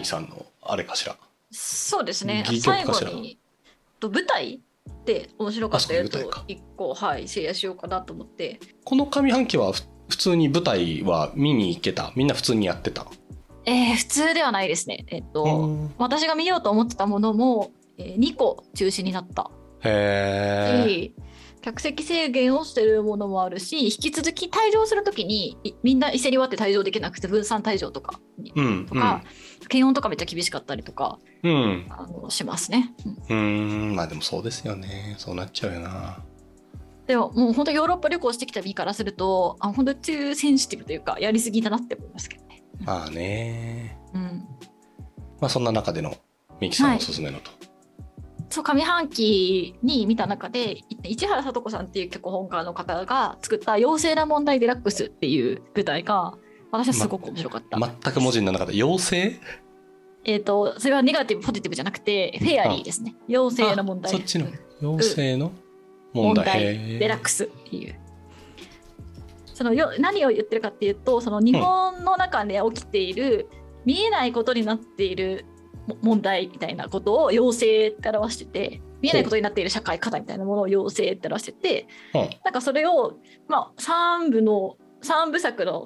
キさんのあれかしら。 そうですね。 戯曲最かしら。 後に舞台って面白かったやつをあそういう舞台か一個、はい、シェアしようかなと思って。 この上半期は普通に舞台は見に行けた？みんな普通にやってた？ 普通ではないですね。私が見ようと思ってたものも、2個中止になった。 へー。 客席制限をしてるものもあるし、引き続き退場するときにみんな一斉に割って退場できなくて分散退場とか、検温とかめっちゃ厳しかったりとか、しますね。 まあでもそうですよね。そうなっちゃうよな。 でももう本当ヨーロッパ旅行してきた身からすると、本当にセンシティブというかやりすぎだなって思いますけどね。 まあね。まあそんな中でのミキさんおすすめのと。 そう上半期に見た中で市原さと子さんっていう脚本家の方が作った「妖精な問題デラックス」っていう舞台が私はすごく面白かった。 全く文字にならなかった。妖精？ それはネガティブポジティブじゃなくてフェアリーですね。妖精の問題。 そっちの妖精の問題デラックスっていう。何を言ってるかっていうと、その日本の中で起きている、見えないことになっている問題みたいなことを妖精って表してて、見えないことになっている社会課題みたいなものを妖精って表してて、なんかそれを、3部作の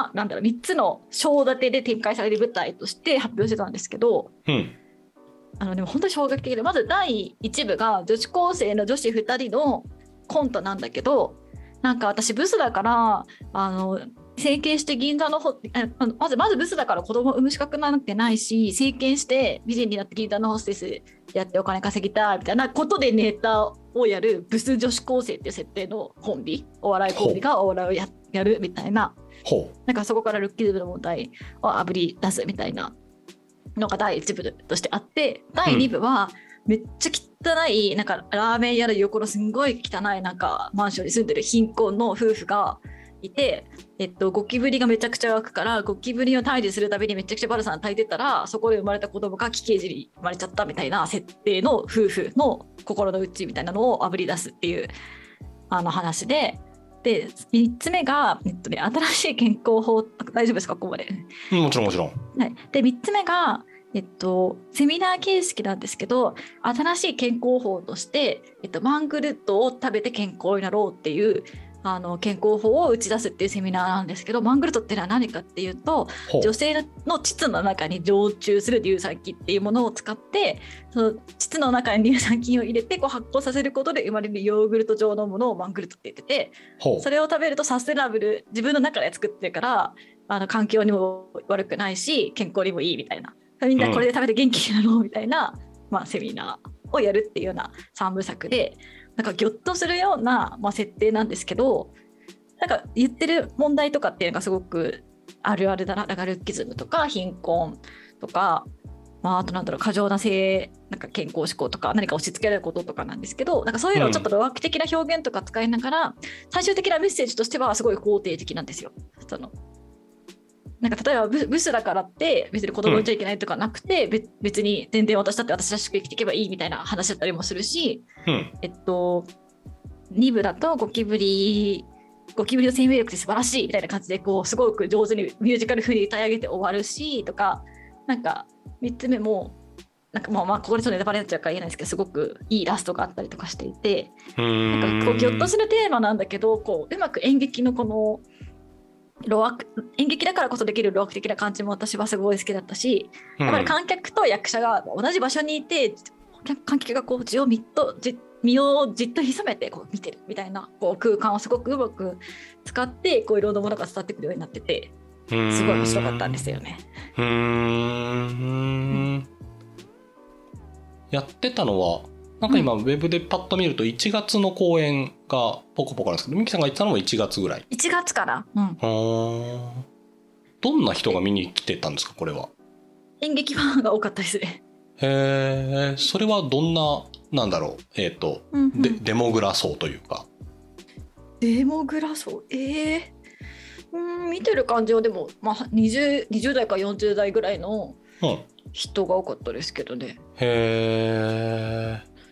3つの章立てで展開される舞台として発表してたんですけど、でも本当に衝撃的で、まず第1部が女子高生の女子2人のコントなんだけど、なんか私ブスだから整形して銀座のまずブスだから子供を産む資格なんてないし、整形して美人になって銀座のホステスやってお金稼ぎたいみたいなことでネタをやるブス女子高生っていう設定のコンビ、お笑いコンビがお笑いをやるみたいな、なんかそこからルッキズムの問題をあぶり出すみたいなのが第1部としてあって、第2部はめっちゃ汚い、なんかラーメン屋の横のすんごい汚いなんかマンションに住んでる貧困の夫婦がいて、ゴキブリがめちゃくちゃ湧くから、ゴキブリを退治するたびにめちゃくちゃバルサン炊いてたら、そこで生まれた子供が奇形児に生まれちゃったみたいな設定の夫婦の心の内みたいなのをあぶり出すっていう話で、3つ目が、新しい健康法。大丈夫ですかここまで？ もちろんもちろん。 はい、で3つ目がセミナー形式なんですけど、新しい健康法として、マングルットを食べて健康になろうっていう健康法を打ち出すっていうセミナーなんですけど、マングルトっていうのは何かっていうと、女性の膣の中に常駐する乳酸菌っていうものを使って、その膣の中に乳酸菌を入れて発酵させることで生まれるヨーグルト状のものをマングルトって言ってて、それを食べるとサステナブル、自分の中で作ってるから環境にも悪くないし健康にもいいみたいな、みんなこれで食べて元気になろうみたいな、セミナーをやるっていうような3部作で、なんかギョッとするような、設定なんですけど、なんか言ってる問題とかっていうのがすごくあるあるだな。だからルッキズムとか貧困とか、あと過剰ななんか健康志向とか何か押し付けられることとかなんですけど、なんかそういうのをちょっと露悪的な表現とか使いながら、最終的なメッセージとしてはすごい肯定的なんですよ。なんか例えばブスだからって別に子供産んちゃいけないとかなくて、別に全然私だって私らしく生きていけばいいみたいな話だったりもするし、2部だとゴキブリの生命力って素晴らしいみたいな感じですごく上手にミュージカル風に歌い上げて終わるしとか、なんか3つ目もなんかここでちょっとネタバレになっちゃうから言えないですけど、すごこいいラストがあったりとかしていて、なんかギョッとするテーマなんだけど、うまく演劇のこの演劇だからこそできる露悪的な感じも私はすごい好きだったし、やっぱり観客と役者が同じ場所にいて、観客が身をじっと潜めて見てるみたいな空間をすごくうまく使っていろんなものが伝わってくるようになってて、すごい面白かったんですよね。 やってたのはなんか今ウェブでパッと見ると1月の公演がポコポコなんですけど、ミキさんが言ってたのも1月ぐらい。 1月から、 どんな人が見に来てたんですかこれは？ 演劇ファンが多かったですね。 へえ、それはどんななんだろう、デモグラ層というか。 デモグラ層、見てる感じはでも、20代から40代ぐらいの人が多かったですけどね。 へえ。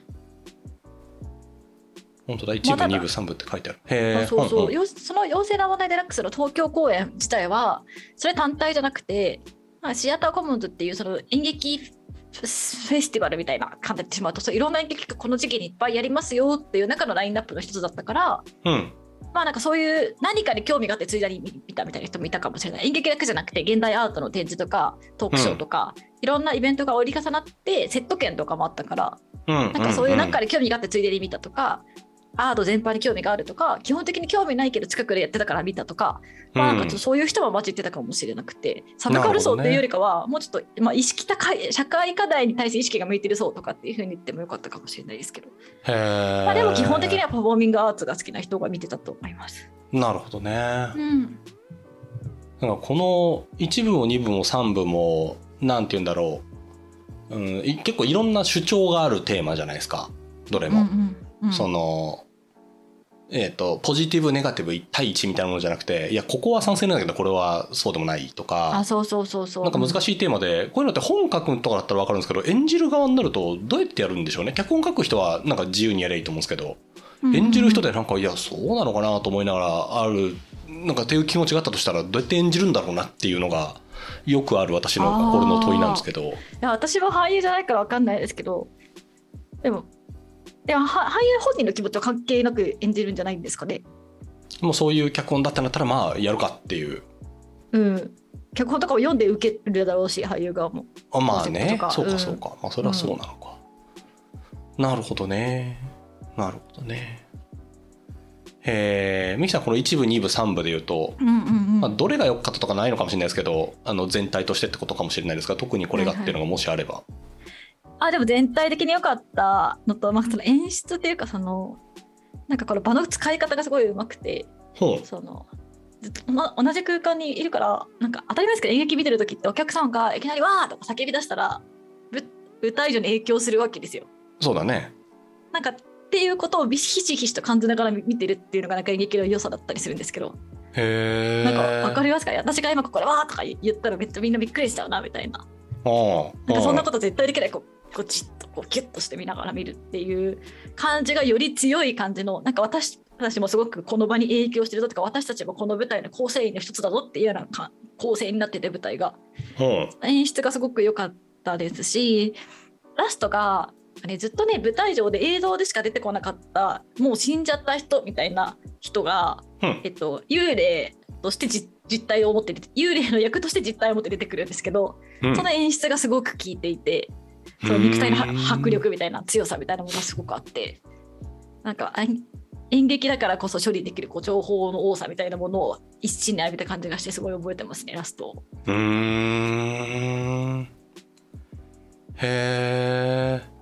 本当だ、1部2部3部って書いてある。へえ。 その妖精な問題デラックスの東京公演自体はそれ単体じゃなくて、 シアターコモンズっていうその演劇フェスティバルみたいな感じでってしまうと、そういろんな演劇がこの時期にいっぱいやりますよっていう中のラインナップの一つだったから、まあなんかそういう何かに興味があってついでに見たみたいな人もいたかもしれない。演劇だけじゃなくて現代アートの展示とかトークショーとか、いろんなイベントが折り重なってセット券とかもあったから、なんかそういう中で興味があってついでに見たとか、アート全般に興味があるとか、基本的に興味ないけど近くでやってたから見たとか、まあ、なんかそういう人も混じってたかもしれなくて、サブカル層っていうよりかは、もうちょっと、まあ、意識高い社会課題に対して意識が向いてる層とかっていう風に言ってもよかったかもしれないですけど、まあ、でも基本的にはパフォーミングアーツが好きな人が見てたと思います。 なるほどね。なんかこの1部も2部も3部もなんて言うんだろう、結構いろんな主張があるテーマじゃないですか、どれも。そのポジティブネガティブ1対1みたいなものじゃなくて、いやここは賛成なんだけどこれはそうでもないとか、なんか難しいテーマで、こういうのって本書くとかだったら分かるんですけど、演じる側になるとどうやってやるんでしょうね。脚本書く人はなんか自由にやればいいと思うんですけど、演じる人でなんかいやそうなのかなと思いながらある、なんかっていう気持ちがあったとしたらどうやって演じるんだろうなっていうのがよくある私の心の問いなんですけど。いや私は俳優じゃないから分かんないですけど、でも俳優本人の気持ちは関係なく演じるんじゃないんですかね。 もうそういう脚本だったんだったらまあやるかっていう。 脚本とかを読んで受けるだろうし、俳優側も。 まあね、そうかそうか、まあそれはそうなのか。なるほどね。なるほどね。ミキさんこの1部2部3部で言うと、まあ、どれが良かったとかないのかもしれないですけど、全体としてってことかもしれないですが、特にこれがっていうのがもしあれば。 でも全体的に良かったのと、まあ、その演出っていうか、なんかこの場の使い方がすごい上手くて、そのずっと同じ空間にいるから、なんか当たり前ですけど演劇見てる時ってお客さんがいきなりわーとか叫び出したら舞台上に影響するわけですよ。 そうだね。 なんかっていうことをひしひしと感じながら見てるっていうのがなんか演劇の良さだったりするんですけど。なんか分かりますか？私が今ここでわーとか言ったらめっちゃみんなびっくりしちゃうなみたいな。なんかそんなこと絶対できない。こうじっとキュッとして見ながら見るっていう感じがより強い感じの、なんか私もすごくこの場に影響してるぞとか、私たちもこの舞台の構成員の一つだぞっていうような構成になってて、舞台が、演出がすごく良かったですし、ラストが、ずっとね舞台上で映像でしか出てこなかったもう死んじゃった人みたいな人が、幽霊として実態を持って幽霊の役として実態を持って出てくるんですけど、その演出がすごく効いていて、その肉体の迫力みたいな強さみたいなものがすごくあって、なんか演劇だからこそ処理できる情報の多さみたいなものを一身に浴びた感じがして、すごい覚えてますね、ラスト。 へー。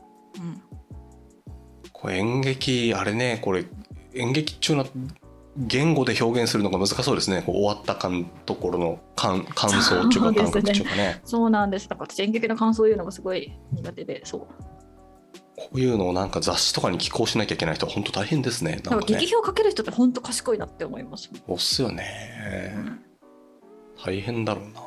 これ演劇あれね、これ演劇中の言語で表現するのが難しそうですね。こう終わったところの感想っていうか感覚っていうかね。 そうなんです。だから私演劇の感想を言うのがすごい苦手で、そう。 こういうのをなんか雑誌とかに寄稿しなきゃいけない人は本当大変ですね。なんかね、 劇評をかける人って本当賢いなって思います。 そうっすよね、大変だろうな。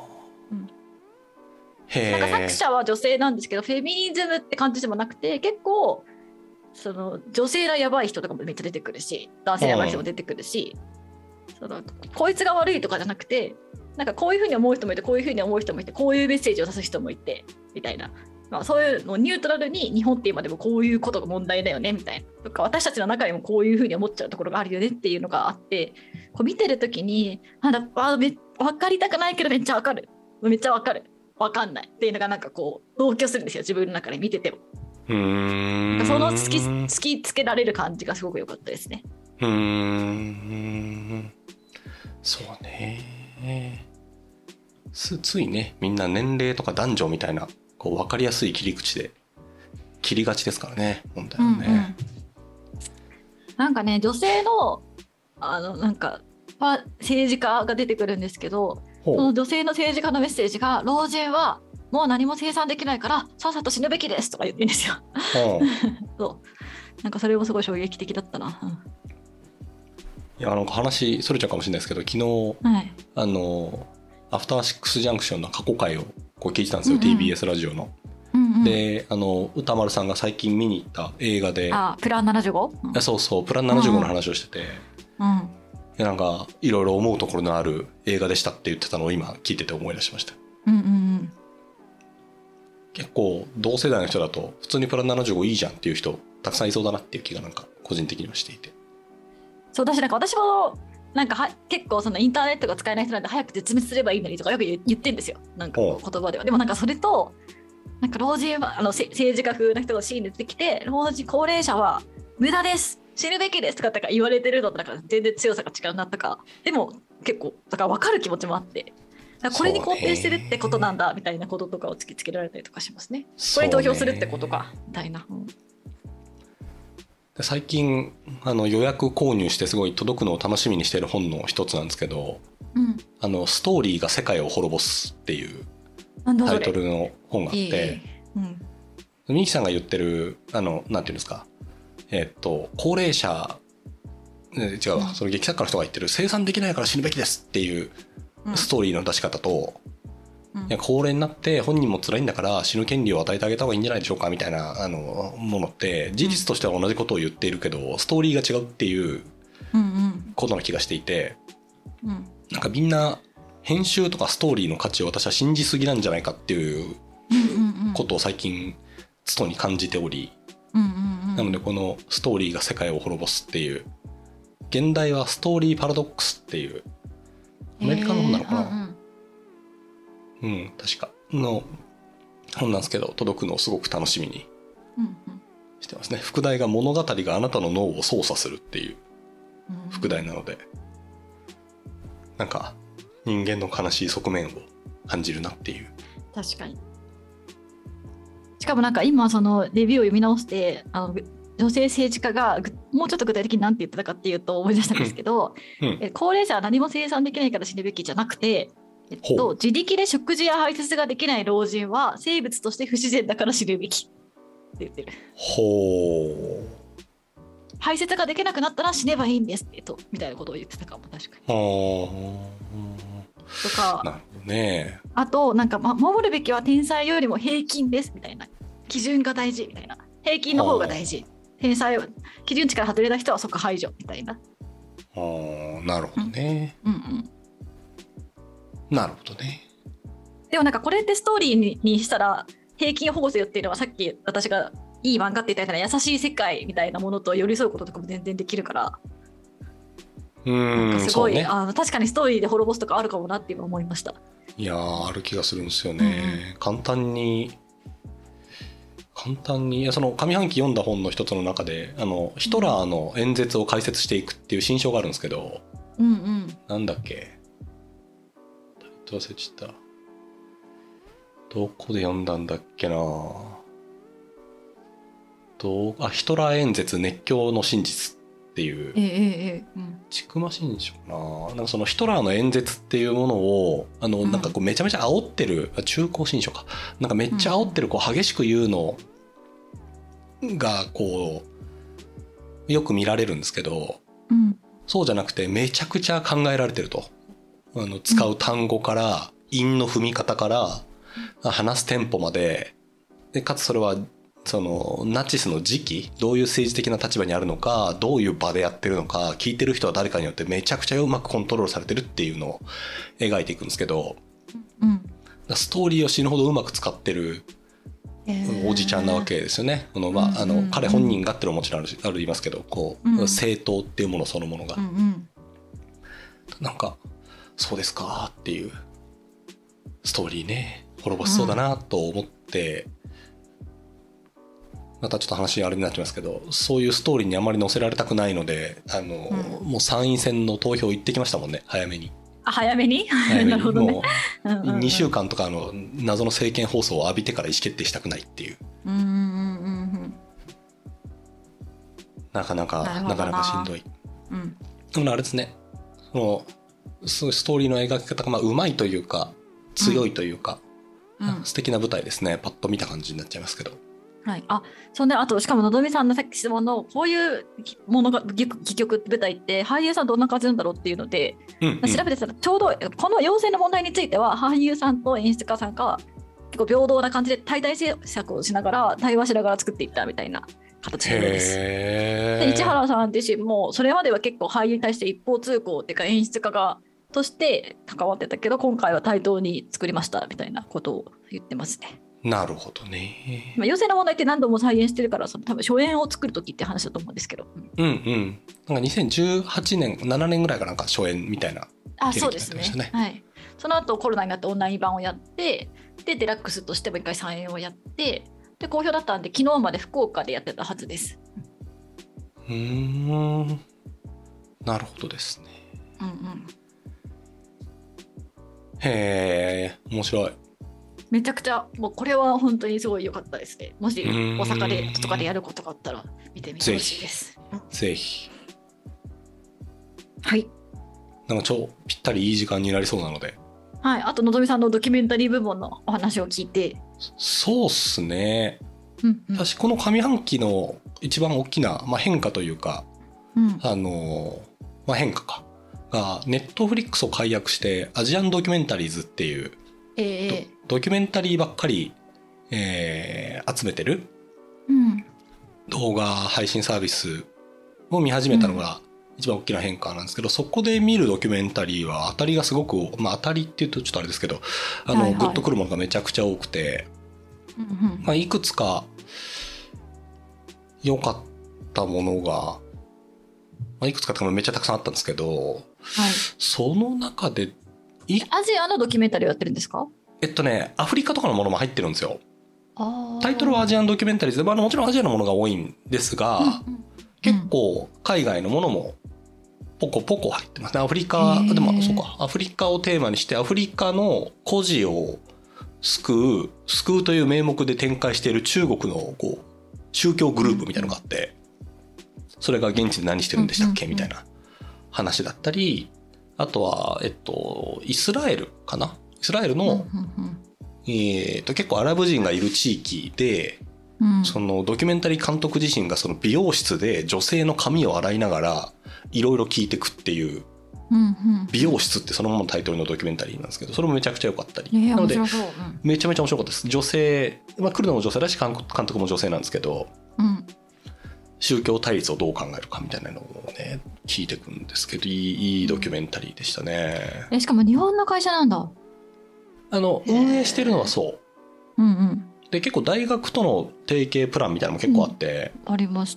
なんか作者は女性なんですけど、フェミニズムって感じでもなくて、結構その女性がやばい人とかもめっちゃ出てくるし、男性がやばい人も出てくるし、こいつが悪いとかじゃなくて、なんかこういうふうに思う人もいて、こういうふうに思う人もいて、こういうメッセージを出す人もいてみたいな、まあ、そういうのをニュートラルに日本って今でもこういうことが問題だよねみたいなとか、私たちの中にもこういうふうに思っちゃうところがあるよねっていうのがあって、こう見てる時に分かりたくないけどめっちゃ分かる、めっちゃ分かる、分かんないっていうのがなんかこう同居するんですよ、自分の中で見てても。その突きつけられる感じがすごく良かったですね。 そうね。ついね、みんな年齢とか男女みたいなこう分かりやすい切り口で切りがちですからね、問題はね。 なんかね、女性のなんか政治家が出てくるんですけど、その女性の政治家のメッセージが、老人はもう何も生産できないからさっさと死ぬべきですとか言ってるんですよ。そうなんかそれもすごい衝撃的だったな。 いや、なんか話それちゃうかもしれないですけど、昨日、アフターシックスジャンクションの過去回をこう聞いてたんですよ、TBS ラジオの。で、歌丸さんが最近見に行った映画で、 プラン 75？ そうそう、プラン75の話をしてて、でなんかいろいろ思うところのある映画でしたって言ってたのを今聞いてて思い出しました。 結構同世代の人だと普通にプラン75いいじゃんっていう人たくさんいそうだなっていう気がなんか個人的にはしていて。 そう私もなんか結構そのインターネットが使えない人なんで早く絶滅すればいいのにとかよく言ってんですよ。なんか言葉では。でもなんかそれとなんか老人は政治家風な人がシーンで出てきて高齢者は無駄です死ぬべきですとか言われてるのとなんか全然強さが違うなとか。でも結構だから分かる気持ちもあって。これに肯定してるってことなんだみたいなこととかを突きつけられたりとかしますね。これに投票するってことかみたいな。 最近予約購入してすごい届くのを楽しみにしている本の一つなんですけど、ストーリーが世界を滅ぼすっていうタイトルの本があって、ミキさんが言ってるなんていうんですか、高齢者違うわ、その劇作家の人が言ってる生産できないから死ぬべきですっていうストーリーの出し方と、いや高齢になって本人も辛いんだから死ぬ権利を与えてあげた方がいいんじゃないでしょうかみたいなものって事実としては同じことを言っているけどストーリーが違うっていうことな気がしていて、なんかみんな編集とかストーリーの価値を私は信じすぎなんじゃないかっていうことを最近つとに感じており、なのでこのストーリーが世界を滅ぼすっていう現代はストーリーパラドックスっていうアメリカの本なのかな、確かの本なんですけど届くのをすごく楽しみにしてますね。副題が物語があなたの脳を操作するっていう副題なので、なんか人間の悲しい側面を感じるなっていう。 確かに。しかもなんか今そのレビューを読み直して女性政治家がもうちょっと具体的に何て言ってたかっていうと思い出したんですけど、高齢者は何も生産できないから死ぬべきじゃなくて、自力で食事や排泄ができない老人は生物として不自然だから死ぬべきって言ってる。 ほう。 排泄ができなくなったら死ねばいいんですみたいなことを言ってたかも。確かに。とか、 なるほどね。 あとなんか、守るべきは天才よりも平均ですみたいな、基準が大事みたいな、平均の方が大事、天才は基準値から外れた人は即排除みたいな。 なるほどね。なるほどね。 でもなんかこれってストーリーにしたら平均を保護せよっていうのはさっき私がいい漫画って言ったような優しい世界みたいなものと寄り添うこととかも全然できるから、なんかすごい、ね、確かにストーリーで滅ぼすとかあるかもなって今思いました。 いやある気がするんですよね。簡単にその上半期読んだ本の一つの中でヒトラーの演説を解説していくっていう新書があるんですけど、なんだっけ、忘れちゃった。どこで読んだんだっけな。ヒトラー演説熱狂の真実っていうちくま新書かな。なんかそのヒトラーの演説っていうものをなんかこうめちゃめちゃ煽ってる中高新書かなんかめっちゃ煽ってるこう激しく言うのがこうよく見られるんですけど、そうじゃなくてめちゃくちゃ考えられてると。使う単語から韻の踏み方から話すテンポまで、かつそれはそのナチスの時期どういう政治的な立場にあるのかどういう場でやってるのか聞いてる人は誰かによってめちゃくちゃうまくコントロールされてるっていうのを描いていくんですけど、ストーリーを死ぬほどうまく使ってるおじちゃんなわけですよね。彼本人がっていうのももちろんありますけどこう、政党っていうものそのものが、なんかそうですかっていうストーリーね滅ぼしそうだなと思って、またちょっと話あれになっちゃいますけどそういうストーリーにあまり載せられたくないのでもう参院選の投票行ってきましたもんね。早めになるほどね。 もう2週間とか謎の政見放送を浴びてから意思決定したくないっていう、なかなかしんどい。でもあれですね、ストーリーの描き方がうまいというか強いというか、素敵な舞台ですね。パッと見た感じになっちゃいますけど。 はい、そんであとしかものぞみさんのさっき質問のこういうものが戯曲舞台って俳優さんどんな感じなんだろうっていうので、調べてたらちょうどこの養成の問題については俳優さんと演出家さんが結構平等な感じで対々制作をしながら対話しながら作っていったみたいな形のようです。で市原さん自身もそれまでは結構俳優に対して一方通行っていうか演出家として関わってたけど今回は対等に作りましたみたいなことを言ってますね。 なるほどね。 まあ、妖精の問題って何度も再現してるから、その多分初演を作る時って話だと思うんですけど。 うんうん。なんか2018年、7年ぐらいかなんか初演みたいなあ、 経そうです歴になってましたね。 ね。はい。その後コロナになってオンライン版をやって、で、デラックスとしても一回再演をやって、で、好評だったんで、昨日まで福岡でやってたはずです。 なるほどですね。 うんうん。 へえ、面白い。 めちゃくちゃ、もうこれは本当にすごい良かったですね。もし大阪でとかでやることがあったら見てみてほしいです。 ぜひ。 はい。 なんかぴったりいい時間になりそうなので。 はい。あとのぞみさんのドキュメンタリー部門のお話を聞いて。 そうっすね。 うんうん、 私この上半期の一番大きな、変化というか、変化かがネットフリックスを解約してアジアンドキュメンタリーズっていう、ドキュメンタリーばっかり、集めてる、動画配信サービスを見始めたのが一番大きな変化なんですけど、そこで見るドキュメンタリーは当たりがすごく、当たりっていうとちょっとあれですけど、グッとくるものがめちゃくちゃ多くて、いくつか良かったものが、いくつかってめっちゃたくさんあったんですけど、その中でアジアのドキュメンタリーをやってるんですか？ アフリカとかのものも入ってるんですよ。タイトルはアジアンドキュメンタリーズで、もちろんアジアのものが多いんですが、結構海外のものもポコポコ入ってますね。アフリカでもそうか、アフリカをテーマにしてアフリカの孤児を救うという名目で展開している中国の宗教グループみたいなのがあって、それが現地で何してるんでしたっけみたいな話だったり、あとはイスラエルかな、イスラエルの結構アラブ人がいる地域で、そのドキュメンタリー監督自身がその美容室で女性の髪を洗いながらいろいろ聞いてくっていう、美容室ってそのままのタイトルのドキュメンタリーなんですけど、それもめちゃくちゃ良かったり、なのでめちゃめちゃ面白かったです。女性、来るのも女性だし監督も女性なんですけど、宗教対立をどう考えるかみたいなのをね聞いていくんですけど、いいドキュメンタリーでしたね。 しかも日本の会社なんだ。 運営してるのはそう、で結構大学との提携プランみたいなのも結構あって、 ありました、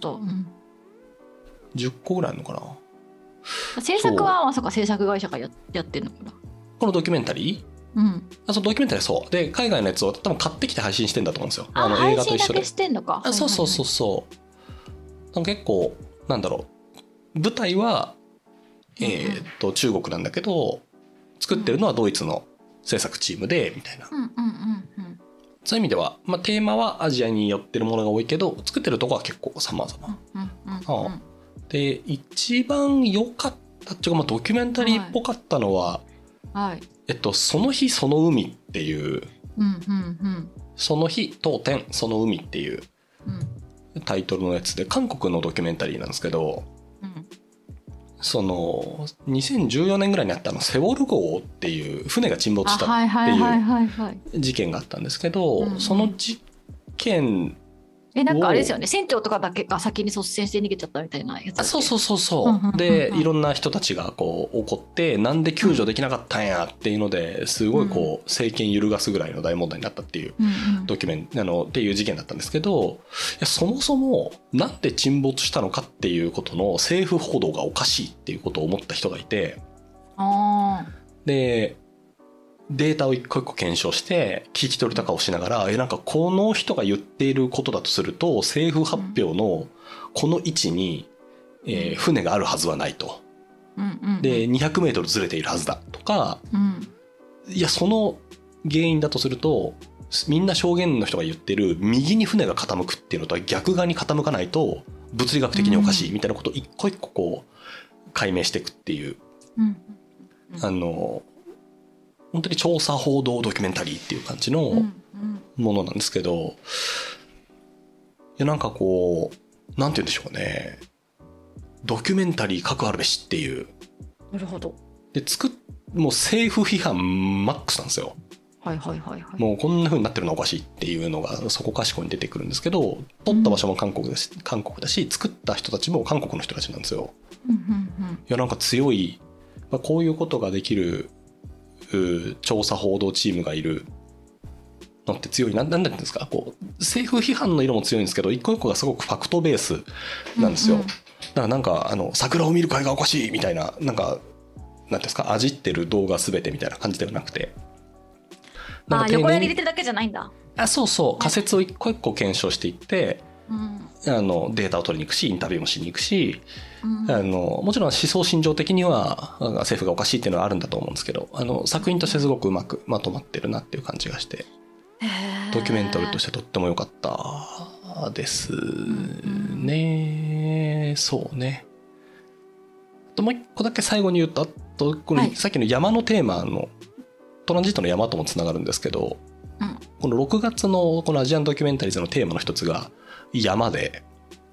10個ぐらいあるのかな。 制作はまさか制作会社がやってるのかな、 このドキュメンタリー、そのドキュメンタリーそうで、海外のやつを多分買ってきて配信してんだと思うんですよ。映画と一緒で配信だけしてんのか。 そう結構なんだろう、舞台は中国なんだけど、作ってるのはドイツの制作チームでみたいな、そういう意味では、テーマはアジアに寄ってるものが多いけど、作ってるとこは結構様々。で一番良かったっていうか、ドキュメンタリーっぽかったのは、その日その海っていう、その日当店その海っていうタイトルのやつで、韓国のドキュメンタリーなんですけど、その2014年ぐらいにあったセウォル号っていう船が沈没したっていう事件があったんですけど、その事件なんかあれですよね、船長とかだけが先に率先して逃げちゃったみたいなやつ。 そうで、いろんな人たちが怒ってなんで救助できなかったんやっていうのですごい政権揺るがすぐらいの大問題になったっていうドキュメンっていう事件だったんですけど、そもそもなんで沈没したのかっていうことの政府報道がおかしいっていうことを思った人がいて、でデータを一個一個検証して聞き取りとかをしながら、なんかこの人が言っていることだとすると政府発表のこの位置に、船があるはずはないと、で200メートルずれているはずだとか、いやその原因だとするとみんな証言の人が言ってる右に船が傾くっていうのとは逆側に傾かないと物理学的におかしいみたいなことを一個一個解明していくっていう、本当に調査報道ドキュメンタリーっていう感じのものなんですけど、いやなんかなんて言うんでしょうね、ドキュメンタリー核あるべしっていう。 なるほど。 でもう政府批判マックスなんですよ。もうこんな風になってるのはおかしいっていうのがそこかしこに出てくるんですけど、撮った場所も韓国だし、作った人たちも韓国の人たちなんですよ。いやなんか強い、こういうことができる調査報道チームがいるのって強いなんていうんですか、こう政府批判の色も強いんですけど、一個一個がすごくファクトベースなんですよ。だからなんか桜を見る会がおかしいみたいな、なんかなんですか、味ってる動画すべてみたいな感じではなくて、 なんか横やり入れてるだけじゃないんだ。 そうそう、仮説を一個一個検証していって、データを取りに行くし、インタビューもしに行くし、もちろん思想心情的には政府がおかしいっていうのはあるんだと思うんですけど、作品としてすごくうまくまとまってるなっていう感じがして、ドキュメンタリーとしてとっても良かったですね。そうね。あともう一個だけ最後に言うと、このさっきの山のテーマのトランジットの山ともつながるんですけど、この6月のこのアジアンドキュメンタリーズのテーマの一つが山で、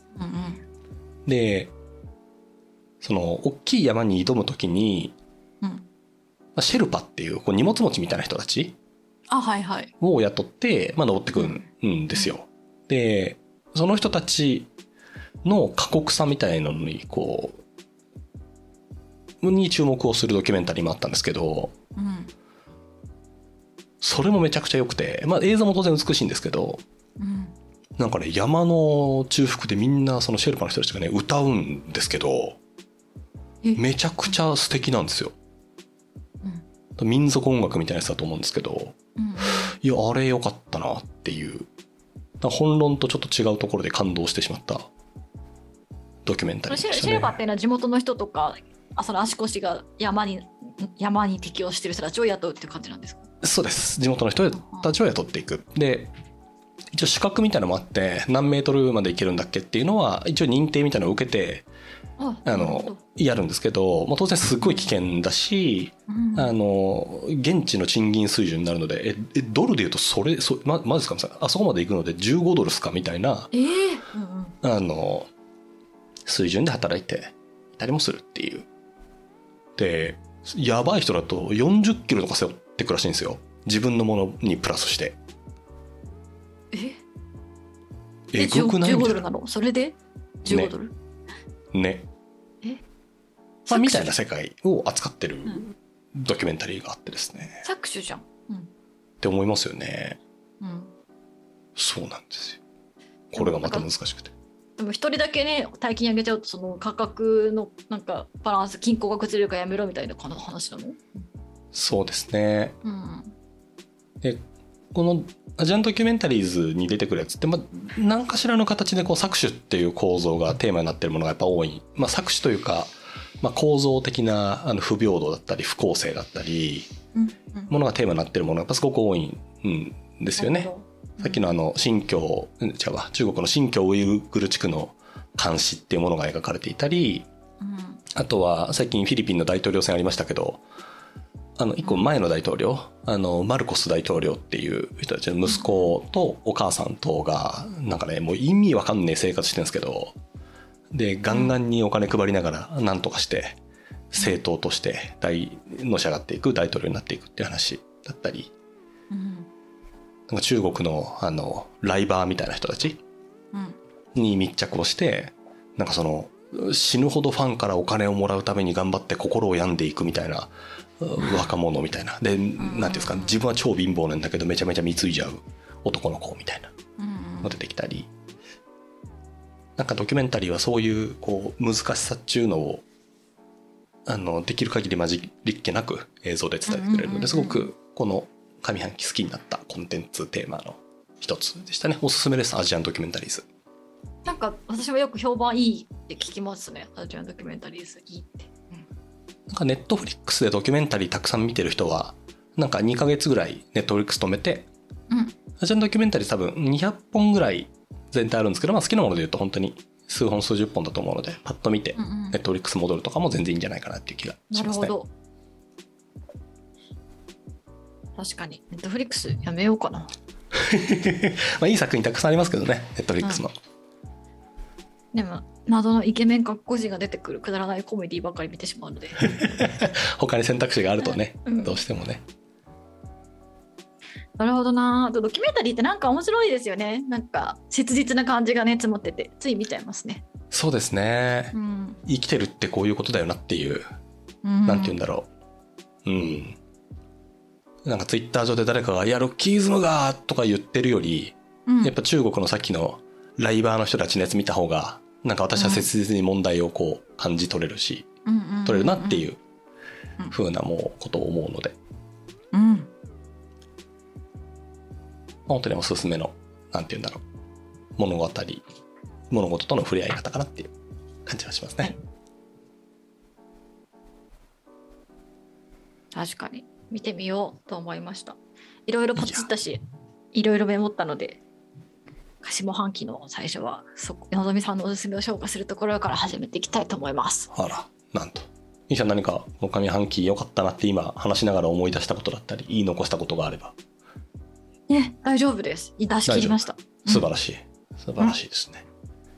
でその大きい山に挑むときに、シェルパっていうこう荷物持ちみたいな人たちを雇って、登ってくるんですよ。でその人たちの過酷さみたいなのにこうに注目をするドキュメンタリーもあったんですけど、それもめちゃくちゃ良くて、映像も当然美しいんですけど、なんかね、山の中腹でみんなそのシェルパの人たちがね歌うんですけど、めちゃくちゃ素敵なんですよ。民族音楽みたいなやつだと思うんですけど、いやあれ良かったなっていう、本論とちょっと違うところで感動してしまったドキュメンタリーでしたね。 シェルパっていうのは地元の人とか、その足腰が山に適応してる人たちを雇うっていう感じなんですか？ そうです。地元の人たちを雇っていく。で一応資格みたいなのもあって、何メートルまで行けるんだっけっていうのは一応認定みたいなのを受けてやるんですけど、当然すごい危険だし、現地の賃金水準になるので、ドルでいうとマジですか、あそこまで行くので15ドルですかみたいな、水準で働いていたりもするっていう。でやばい人だと40キロとか背負ってくらしいんですよ、自分のものにプラスして。えぐくない？15 ドルなの？それで15ドルね。みたいな世界を扱ってるドキュメンタリーがあってですね、 搾取じゃん、 って思いますよね。そうなんですよ。これがまた難しくて、 でも一人だけね大金上げちゃうと、その価格のなんかバランス、均衡が崩れるからやめろみたいな話なの？ そうですね。でこのアジアンドキュメンタリーズに出てくるやつって、何かしらの形でこう搾取っていう構造がテーマになってるものがやっぱ多い。搾取というか、構造的な不平等だったり不公正だったり、ものがテーマになってるものがやっぱすごく多いんですよね。さっきの中国の新疆ウイグル地区の監視っていうものが描かれていたり、あとは最近フィリピンの大統領選ありましたけど、一個前の大統領、マルコス大統領っていう人たちの息子とお母さんとがなんかね、もう意味わかんねえ生活してるんですけど、でガンガンにお金配りながらなんとかして政党としてのし上がっていく大統領になっていくっていう話だったり、なんか中国のライバーみたいな人たちに密着をして、なんかその死ぬほどファンからお金をもらうために頑張って心を病んでいくみたいな若者みたいな、でなんていうんですか、自分は超貧乏なんだけどめちゃめちゃ貢いじゃう男の子みたいなの出てきたり、なんかドキュメンタリーはそういうこう難しさっていうのをできる限り混じりっけなく映像で伝えてくれるので、すごくこの上半期好きになったコンテンツテーマの一つでしたね。おすすめです、アジアンドキュメンタリーズ。 なんか私もよく評判いいって聞きますね、アジアンドキュメンタリーズいいって。 なんかネットフリックスでドキュメンタリーたくさん見てる人はなんか2ヶ月ぐらいネットフリックス止めて、アジアンドキュメンタリー多分200本ぐらい全体あるんですけど、好きなもので言うと本当に数本数十本だと思うので、パッと見てネットフリックス戻るとかも全然いいんじゃないかなっていう気がしますね。なるほど。 確かにネットフリックスやめようかな。 いい作品たくさんありますけどね、ネットフリックスの。 でも謎のイケメンかっこ人が出てくるくだらないコメディばっかり見てしまうので他に選択肢があるとね、どうしてもね。 なるほどな。ドキュメンタリーってなんか面白いですよね。なんか切実な感じがね詰まっててつい見ちゃいますね。 そうですね、生きてるってこういうことだよなっていう、なんて言うんだろう、 なんかツイッター上で誰かが「いやロッキーズムが!」とか言ってるより、やっぱ中国のさっきのライバーの人たちのやつ見た方がなんか私は切実に問題をこう感じ取れるし、取れるなっていう風なもうことを思うので、本当におすすめのなんて言うんだろう、物事との触れ合い方かなっていう感じはしますね。 確かに見てみようと思いました。いろいろポチったし、いろいろメモったので、下半期の最初はのぞみさんのおすすめを紹介するところから始めていきたいと思います。 あら、なんと。いいじゃん、何か上半期良かったなって今話しながら思い出したことだったり言い残したことがあれば。 ね、大丈夫です。出し切りました。 素晴らしい、素晴らしいですね。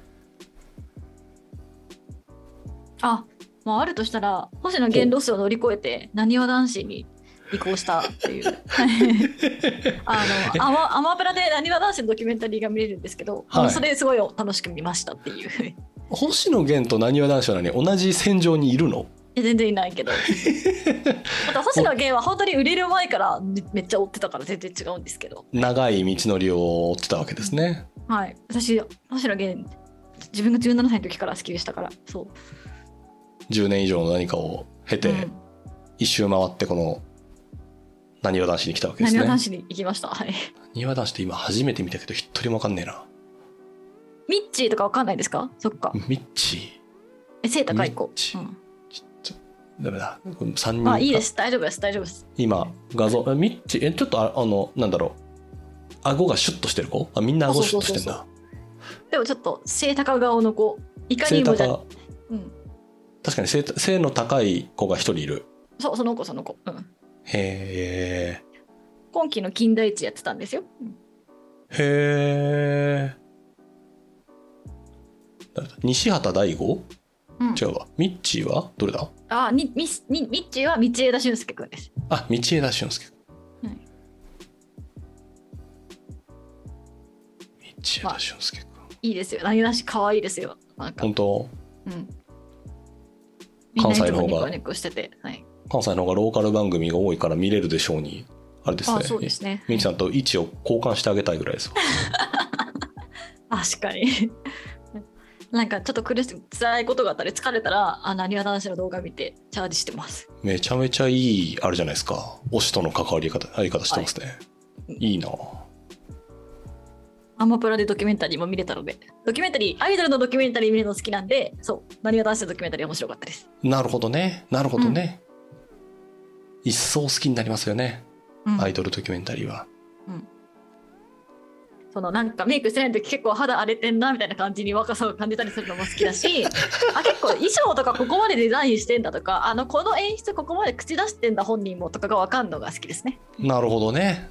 まあ、あるとしたら星野源ロスを乗り越えてなにわ男子に移行したっていうアマプラでなにわ男子のドキュメンタリーが見れるんですけど、それすごい楽しく見ましたっていう星野源となにわ男子は同じ戦場にいるの？ いや全然いないけどまた星野源は本当に売れる前からめっちゃ追ってたから全然違うんですけど、 長い道のりを追ってたわけですね。 はい、私星野源自分が17歳の時から好きでしたから。そう 10年以上の何かを経て、一周回ってこのなにわ男子に来たわけですね。 なにわ男子に行きました。はい。なにわ男子って今初めて見たけど一人もわかんねえな。 ミッチーとかわかんないですか？そっか。 ミッチー。背高い子。 ちょっとダメだ。3人。 いいです。大丈夫です。大丈夫です。 今画像ミッチーちょっとなんだろう。顎がシュッとしてる子？みんな顎シュッとしてんだ。 でもちょっと背高顔の子。いかにもじゃ。 確かに背の高い子が一人いる。 その子。 へえ。 今期の金田一やってたんですよ。 へえ。西畑大吾？違うわ。ミッチーはどれだ？ ミッチーは道枝駿佑くんです。 道枝駿佑。道枝駿佑くん。 いいですよ。何なし可愛いですよ。なんか本当？ 関西の方が関西の方がローカル番組が多いから見れるでしょうに、あれですね。 そうですね。 みきさんと位置を交換してあげたいぐらいですわ。 確かに。なんかちょっと辛いことがあったり疲れたらなにわ男子の動画見てチャージしてます。 めちゃめちゃいいあれじゃないですか。推しとの関わり方してますね。いいな。 アマプラでドキュメンタリーも見れたので、ドキュメンタリーアイドルのドキュメンタリー見るの好きなんで、なにわ男子のドキュメンタリー面白かったです。 なるほどね。一層好きになりますよね、アイドルドキュメンタリーは。 なんかメイクしてない時結構肌荒れてんなみたいな感じに若さを感じたりするのも好きだし結構衣装とかここまでデザインしてんだとかこの演出ここまで口出してんだ本人もとかが分かんのが好きですね。 なるほどね。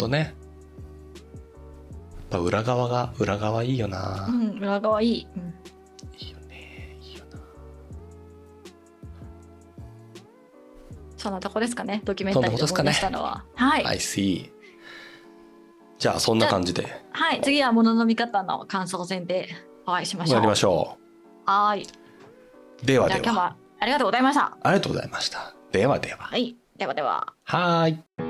やっぱ裏側いいよな。 裏側いい。 いいよね。 そんなとこですかね。ドキュメンタリーで思い出したのは。はい。 I see。じゃあそんな感じで。 はい。次は物の見方の感想戦でお会いしましょう。 やりましょう。はい。 では。 今日もありがとうございました。 ありがとうございました。では。 はい。では。 はい。